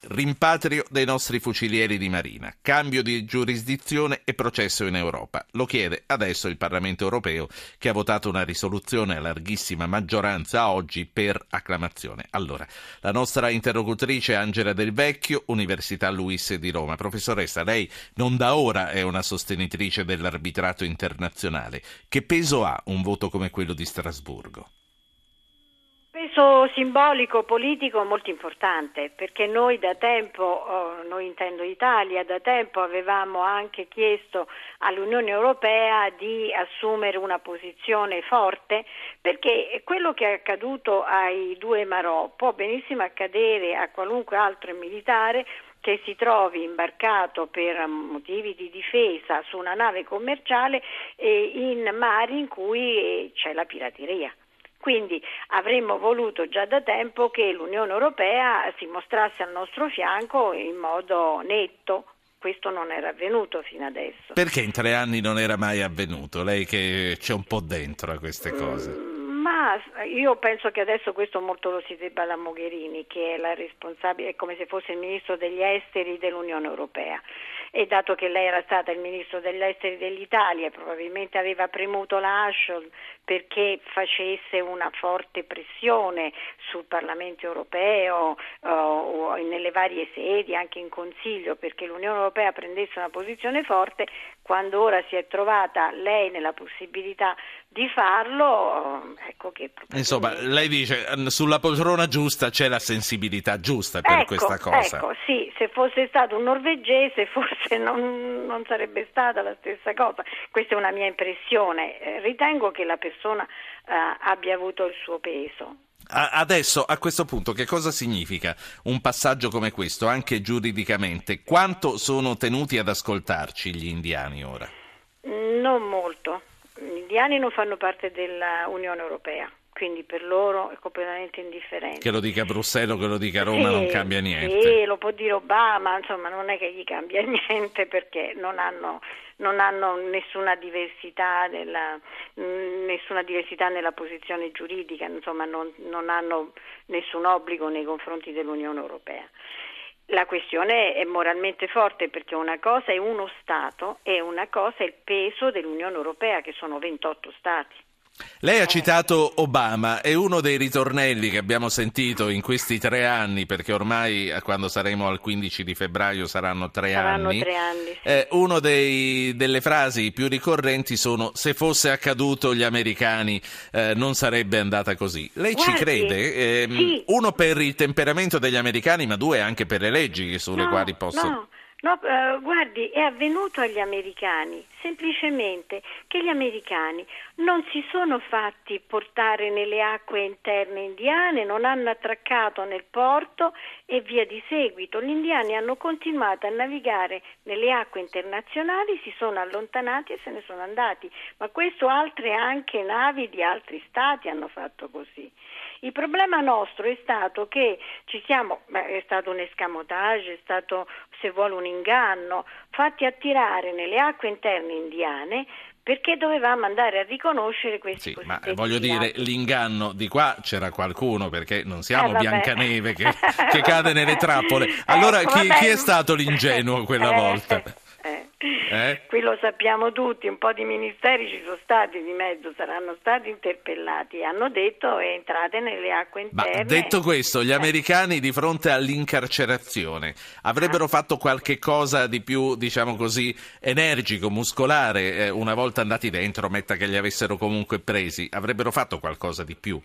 Rimpatrio dei nostri fucilieri di marina, cambio di giurisdizione e processo in Europa. Lo chiede adesso il Parlamento europeo, che ha votato una risoluzione a larghissima maggioranza oggi per acclamazione. Allora, la nostra interlocutrice Angela Del Vecchio, Università Luis di Roma. Professoressa, lei non da ora è una sostenitrice dell'arbitrato internazionale. Che peso ha un voto come quello di Strasburgo? Peso simbolico, politico molto importante, perché noi da tempo, noi intendo Italia, da tempo avevamo anche chiesto all'Unione Europea di assumere una posizione forte, perché quello che è accaduto ai due Marò può benissimo accadere a qualunque altro militare che si trovi imbarcato per motivi di difesa su una nave commerciale in mari in cui c'è la pirateria. Quindi avremmo voluto già da tempo che l'Unione Europea si mostrasse al nostro fianco in modo netto. Questo non era avvenuto fino adesso. Perché in 3 anni non era mai avvenuto? Lei che c'è un po' dentro a queste cose. Ma io penso che adesso questo molto lo si debba alla Mogherini, che è la responsabile, è come se fosse il ministro degli esteri dell'Unione Europea. E dato che lei era stata il ministro degli esteri dell'Italia, probabilmente aveva premuto la Ashton perché facesse una forte pressione sul Parlamento europeo o nelle varie sedi, anche in Consiglio, perché l'Unione Europea prendesse una posizione forte. Quando ora si è trovata lei nella possibilità di farlo, ecco che Insomma, lei dice sulla poltrona giusta c'è la sensibilità giusta per questa cosa. Ecco, sì, se fosse stato un norvegese forse non sarebbe stata la stessa cosa. Questa è una mia impressione. Ritengo che la persona abbia avuto il suo peso. Adesso, a questo punto, che cosa significa un passaggio come questo, anche giuridicamente? Quanto sono tenuti ad ascoltarci gli indiani ora? Non molto. Gli indiani non fanno parte dell'Unione Europea, quindi per loro è completamente indifferente. Che lo dica Bruxelles o che lo dica Roma non cambia niente. Sì, lo può dire Obama, insomma non è che gli cambia niente perché non hanno nessuna diversità nella posizione giuridica, insomma non hanno nessun obbligo nei confronti dell'Unione Europea. La questione è moralmente forte perché una cosa è uno Stato e una cosa è il peso dell'Unione Europea, che sono 28 Stati. Lei ha citato Obama, è uno dei ritornelli che abbiamo sentito in questi 3 anni, perché ormai quando saremo al 15 di febbraio saranno 3 anni. 3 anni, sì. Uno delle frasi più ricorrenti sono: se fosse accaduto gli americani non sarebbe andata così. Lei ci crede? Sì. Uno, per il temperamento degli americani, ma 2 anche per le leggi sulle quali possono... No, guardi, è avvenuto agli americani, semplicemente che gli americani non si sono fatti portare nelle acque interne indiane, non hanno attraccato nel porto e via di seguito. Gli indiani hanno continuato a navigare nelle acque internazionali, si sono allontanati e se ne sono andati, ma questo altre anche navi di altri stati hanno fatto così. Il problema nostro è stato che è stato un escamotage, è stato, se vuole, un inganno, fatti attirare nelle acque interne indiane perché dovevamo andare a riconoscere questi cosiddetti ma voglio dire, l'inganno di qua c'era qualcuno, perché non siamo vabbè. Biancaneve che cade nelle trappole. Allora chi è stato l'ingenuo quella volta? Qui lo sappiamo tutti, un po' di ministeri ci sono stati di mezzo, saranno stati interpellati, hanno detto entrate nelle acque interne. Ma detto questo, gli americani di fronte all'incarcerazione avrebbero fatto qualche cosa di più, diciamo così, energico, muscolare, una volta andati dentro, metta che li avessero comunque presi, avrebbero fatto qualcosa di più?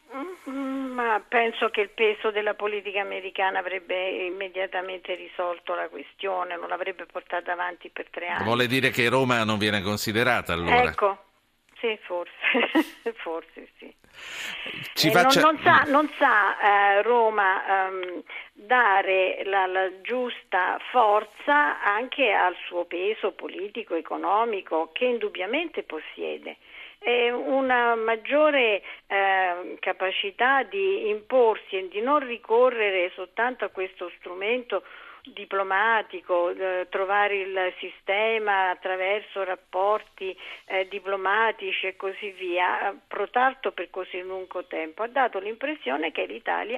Ma penso che il peso della politica americana avrebbe immediatamente risolto la questione, non l'avrebbe portata avanti per 3 anni. Vuole dire che Roma non viene considerata allora? Ecco, sì, forse, forse sì. Non sa Roma dare la giusta forza anche al suo peso politico, economico, che indubbiamente possiede. Una maggiore capacità di imporsi e di non ricorrere soltanto a questo strumento diplomatico, trovare il sistema attraverso rapporti diplomatici e così via, protatto per così lungo tempo, ha dato l'impressione che l'Italia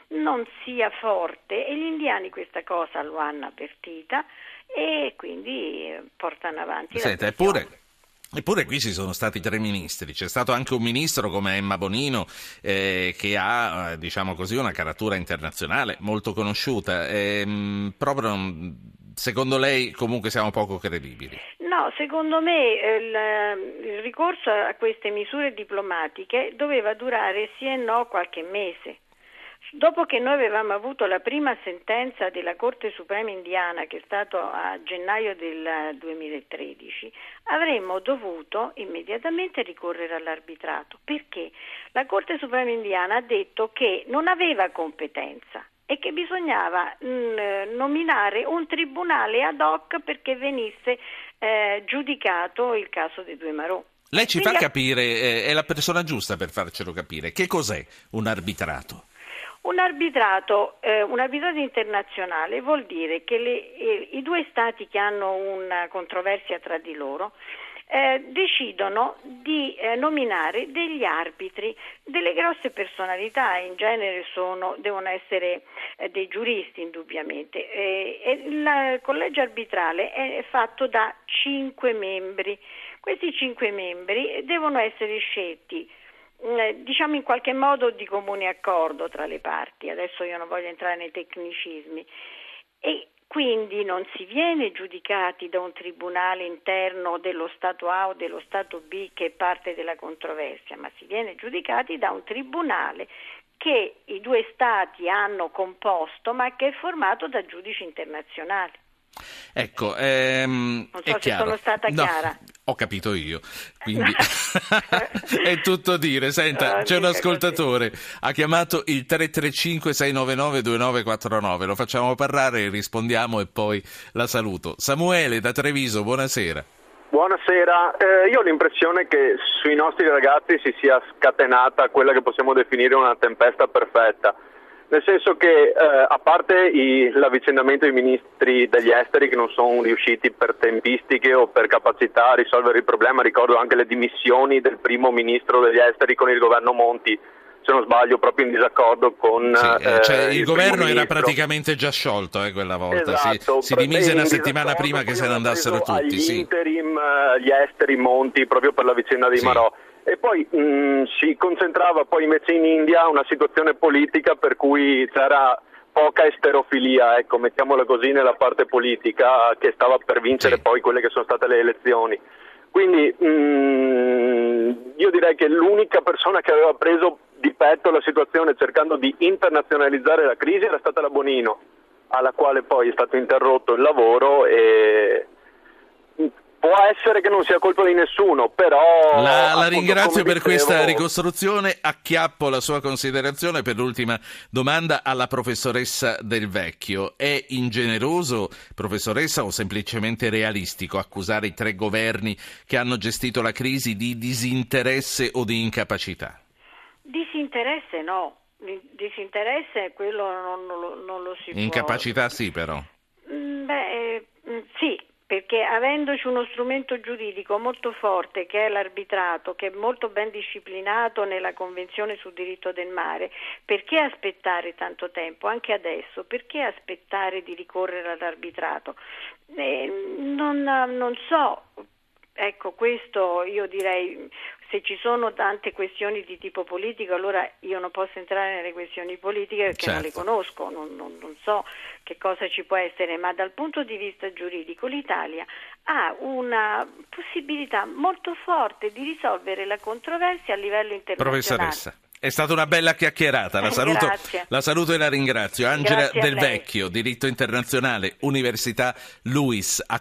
non sia forte, e gli indiani questa cosa lo hanno avvertita e quindi portano avanti la questione. Eppure qui ci sono stati 3 ministri, c'è stato anche un ministro come Emma Bonino che ha, diciamo così, una caratura internazionale molto conosciuta. Proprio, secondo lei comunque siamo poco credibili? No, secondo me il ricorso a queste misure diplomatiche doveva durare sì e no qualche mese. Dopo che noi avevamo avuto la prima sentenza della Corte Suprema indiana, che è stato a gennaio del 2013, avremmo dovuto immediatamente ricorrere all'arbitrato, perché la Corte Suprema indiana ha detto che non aveva competenza e che bisognava nominare un tribunale ad hoc perché venisse giudicato il caso dei 2 Marò. Lei ci fa capire, è la persona giusta per farcelo capire, che cos'è un arbitrato? Un arbitrato internazionale vuol dire che i 2 stati che hanno una controversia tra di loro decidono di nominare degli arbitri, delle grosse personalità, in genere devono essere dei giuristi indubbiamente, e il collegio arbitrale è fatto da 5 membri. Questi 5 membri devono essere scelti diciamo in qualche modo di comune accordo tra le parti. Adesso io non voglio entrare nei tecnicismi, e quindi non si viene giudicati da un tribunale interno dello Stato A o dello Stato B che è parte della controversia, ma si viene giudicati da un tribunale che i 2 Stati hanno composto, ma che è formato da giudici internazionali. Ecco, non so è se chiaro. sono stata chiara. Ho capito io, quindi è tutto dire. Senta, c'è un ascoltatore, ha chiamato il 335-699-2949, lo facciamo parlare, rispondiamo e poi la saluto. Samuele da Treviso, buonasera. Buonasera, io ho l'impressione che sui nostri ragazzi si sia scatenata quella che possiamo definire una tempesta perfetta. Nel senso che, a parte l'avvicendamento dei ministri degli esteri che non sono riusciti per tempistiche o per capacità a risolvere il problema, ricordo anche le dimissioni del primo ministro degli esteri con il governo Monti, se non sbaglio proprio in disaccordo con il governo era praticamente già sciolto quella volta, esatto, si dimise una settimana prima che se ne andassero tutti. Agli interim gli esteri Monti proprio per la vicenda dei Marò. E poi si concentrava poi invece in India una situazione politica per cui c'era poca esterofilia, ecco, mettiamola così, nella parte politica che stava per vincere poi quelle che sono state le elezioni. Quindi io direi che l'unica persona che aveva preso di petto la situazione cercando di internazionalizzare la crisi era stata la Bonino, alla quale poi è stato interrotto il lavoro e può essere che non sia colpa di nessuno, però... La ringrazio per questa ricostruzione, acchiappo la sua considerazione per l'ultima domanda alla professoressa Del Vecchio. È ingeneroso, professoressa, o semplicemente realistico accusare i 3 governi che hanno gestito la crisi di disinteresse o di incapacità? Disinteresse no, disinteresse quello non lo si può... Incapacità sì, però. Sì. Perché avendoci uno strumento giuridico molto forte che è l'arbitrato, che è molto ben disciplinato nella Convenzione sul diritto del mare, perché aspettare tanto tempo? Anche adesso, perché aspettare di ricorrere all'arbitrato? Non so, ecco, questo io direi, se ci sono tante questioni di tipo politico, allora io non posso entrare nelle questioni politiche perché non le conosco, non so che cosa ci può essere, ma dal punto di vista giuridico l'Italia ha una possibilità molto forte di risolvere la controversia a livello internazionale. Professoressa, è stata una bella chiacchierata, la saluto e la ringrazio. Angela Del Vecchio, diritto internazionale, Università LUISS.